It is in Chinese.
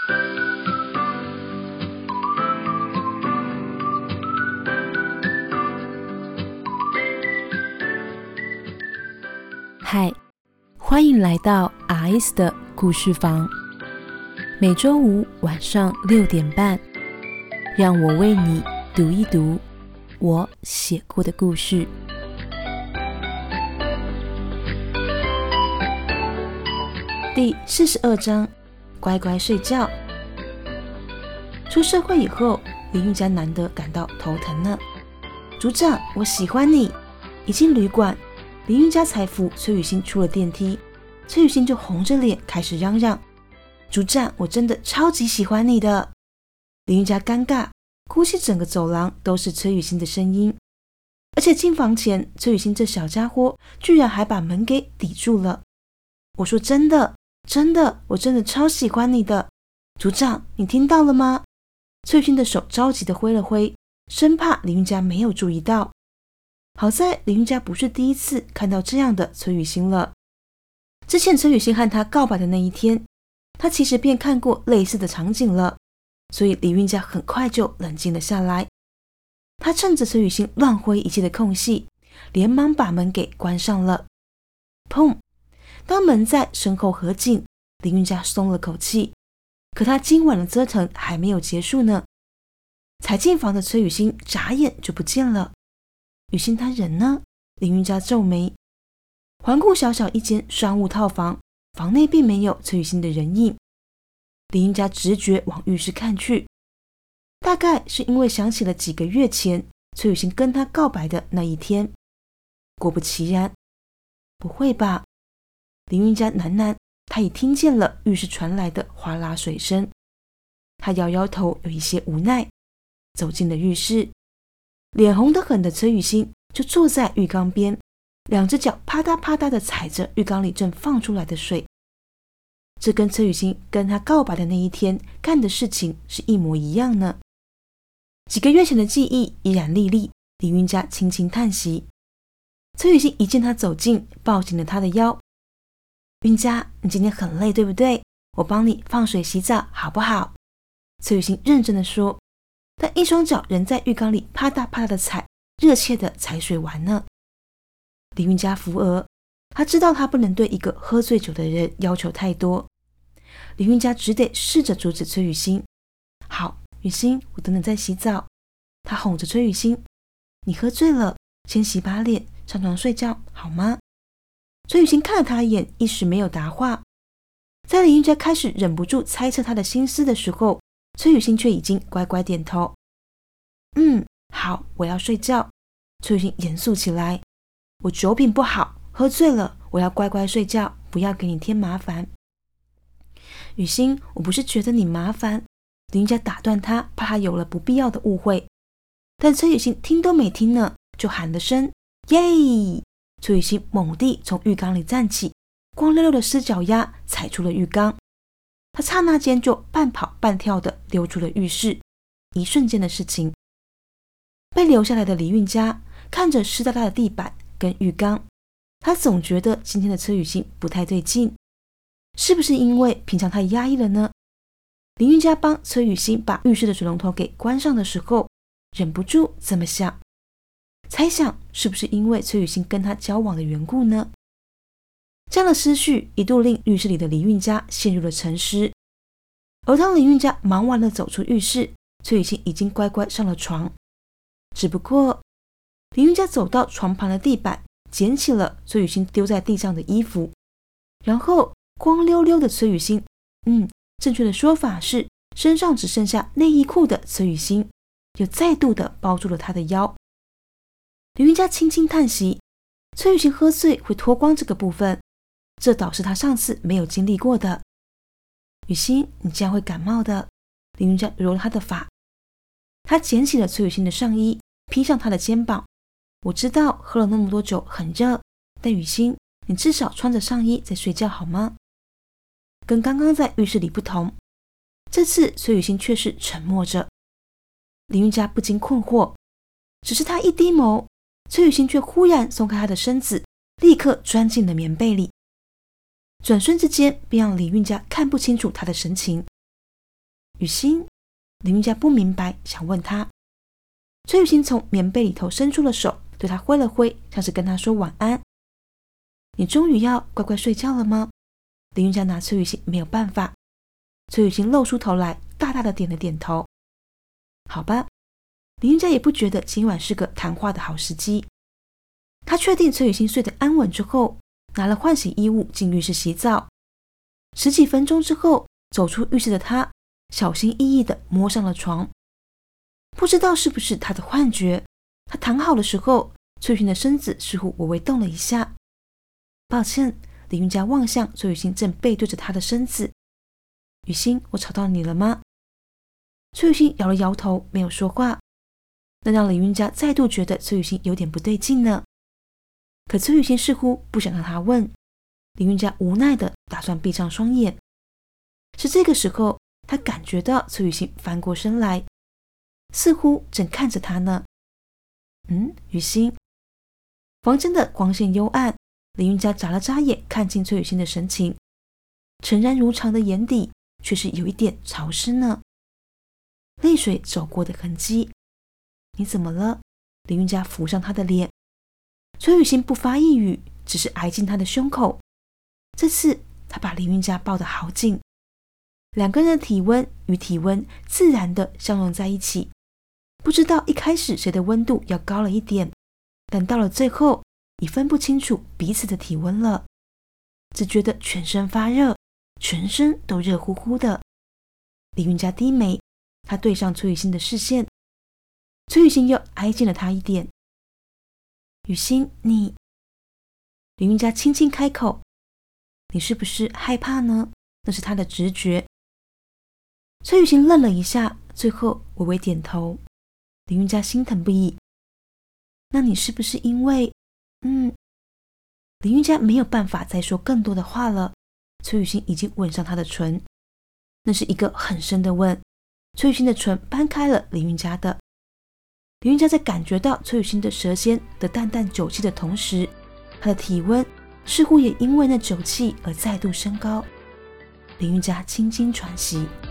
嗨，欢迎来到 RS 的故事房，每周五晚上6点半，让我为你读一读我写过的故事。第42章，乖乖睡觉。出社会以后，林韵嘉难得感到头疼了。组长，我喜欢你。一进旅馆，林韵嘉才扶崔雨欣出了电梯，崔雨欣就红着脸开始嚷嚷：组长，我真的超级喜欢你的。林韵嘉尴尬，估计整个走廊都是崔雨欣的声音。而且进房前，崔雨欣这小家伙居然还把门给抵住了。我说真的，我真的超喜欢你的。组长，你听到了吗？崔雨欣的手着急地挥了挥，生怕林韵嘉没有注意到。好在林韵嘉不是第一次看到这样的崔雨欣了。之前崔雨欣和他告白的那一天，他其实便看过类似的场景了，所以林韵嘉很快就冷静了下来。他趁着崔雨欣乱挥一气的空隙，连忙把门给关上了。砰！当门在身后合紧，林韵嘉松了口气。可他今晚的折腾还没有结束呢。才进房的崔雨欣眨眼就不见了。雨欣她人呢？林韵嘉皱眉，环顾小小一间商务套房，房内并没有崔雨欣的人影。林韵嘉直觉往浴室看去，大概是因为想起了几个月前崔雨欣跟他告白的那一天。果不其然，不会吧？林韵嘉喃喃，他已听见了浴室传来的哗啦水声。他摇摇头，有一些无奈，走进了浴室。脸红得很的崔雨欣就坐在浴缸边，两只脚啪嗒啪嗒地踩着浴缸里正放出来的水。这跟崔雨欣跟他告白的那一天干的事情是一模一样呢。几个月前的记忆依然历历，林韵嘉轻轻叹息。崔雨欣一见他走近，抱紧了他的腰。韵嘉，你今天很累对不对？我帮你放水洗澡好不好？崔雨欣认真地说，但一双脚仍在浴缸里啪嗒啪嗒的踩，热切的踩水玩呢。林韵嘉扶额，他知道他不能对一个喝醉酒的人要求太多。林韵嘉只得试着阻止崔雨欣。好，雨欣，我等等再洗澡。他哄着崔雨欣，你喝醉了，先洗把脸，上床睡觉好吗？崔雨欣看了他一眼，一时没有答话。在林韵嘉开始忍不住猜测他的心思的时候，崔雨欣却已经乖乖点头。好，我要睡觉。崔雨欣严肃起来，我酒品不好，喝醉了，我要乖乖睡觉，不要给你添麻烦。雨欣，我不是觉得你麻烦。林韵嘉打断他，怕他有了不必要的误会。但崔雨欣听都没听呢，就喊了声耶！崔雨欣猛地从浴缸里站起，光溜溜的湿脚丫踩出了浴缸。他刹那间就半跑半跳的溜出了浴室，一瞬间的事情。被留下来的林韵嘉看着湿哒哒的地板跟浴缸，他总觉得今天的崔雨欣不太对劲，是不是因为平常太压抑了呢？林韵嘉帮崔雨欣把浴室的水龙头给关上的时候，忍不住这么想，猜想是不是因为崔雨欣跟他交往的缘故呢？这样的思绪一度令浴室里的林韵嘉陷入了沉思。而当林韵嘉忙完了走出浴室，崔雨欣已经乖乖上了床。只不过林韵嘉走到床旁的地板，捡起了崔雨欣丢在地上的衣服，然后光溜溜的崔雨欣，正确的说法是身上只剩下内衣裤的崔雨欣，又再度的包住了他的腰。林韵嘉轻轻叹息，崔雨欣喝醉会脱光这个部分，这倒是他上次没有经历过的。雨欣，你这样会感冒的。林韵嘉揉了他的发，他捡起了崔雨欣的上衣，披上他的肩膀。我知道喝了那么多酒很热，但雨欣，你至少穿着上衣在睡觉好吗？跟刚刚在浴室里不同，这次崔雨欣却是沉默着。林韵嘉不禁困惑，只是他一低眸，崔雨欣却忽然松开他的身子，立刻钻进了棉被里。转瞬之间，便让林韵嘉看不清楚他的神情。 雨欣。林韵嘉不明白，想问他。崔雨欣从棉被里头伸出了手，对他挥了挥，像是跟他说晚安。你终于要乖乖睡觉了吗？林韵嘉拿崔雨欣没有办法。崔雨欣露出头来，大大的点了点头。好吧。林韵嘉也不觉得今晚是个谈话的好时机。他确定崔雨欣睡得安稳之后，拿了换洗衣物进浴室洗澡。10几分钟之后，走出浴室的他小心翼翼地摸上了床。不知道是不是他的幻觉，他躺好的时候，崔雨欣的身子似乎微微动了一下。抱歉，林韵嘉望向崔雨欣正背对着他的身子。雨欣，我吵到你了吗？崔雨欣摇了摇头，没有说话。那让林韵嘉再度觉得崔雨欣有点不对劲呢。可崔雨欣似乎不想让他问，林韵嘉无奈的打算闭上双眼。是这个时候，他感觉到崔雨欣翻过身来，似乎正看着他呢。雨欣。房间的光线幽暗，林韵嘉眨了眨眼，看清崔雨欣的神情，诚然如常的眼底却是有一点潮湿呢，泪水走过的痕迹。你怎么了？林韵嘉扶上他的脸。崔雨欣不发一语，只是挨进他的胸口。这次他把林韵嘉抱得好紧，两个人的体温与体温自然的相融在一起。不知道一开始谁的温度要高了一点，但到了最后已分不清楚彼此的体温了，只觉得全身发热，全身都热乎乎的。林韵嘉低眉，他对上崔雨欣的视线。崔雨欣又挨近了他一点。雨欣，你……林韵嘉轻轻开口，你是不是害怕呢？那是他的直觉。崔雨欣愣了一下，最后微微点头。林韵嘉心疼不已。那你是不是因为……林韵嘉没有办法再说更多的话了。崔雨欣已经吻上他的唇，那是一个很深的吻。崔雨欣的唇掰开了林韵嘉的。林韵嘉在感觉到崔雨欣的舌尖的淡淡酒气的同时，她的体温似乎也因为那酒气而再度升高。林韵嘉轻轻喘息。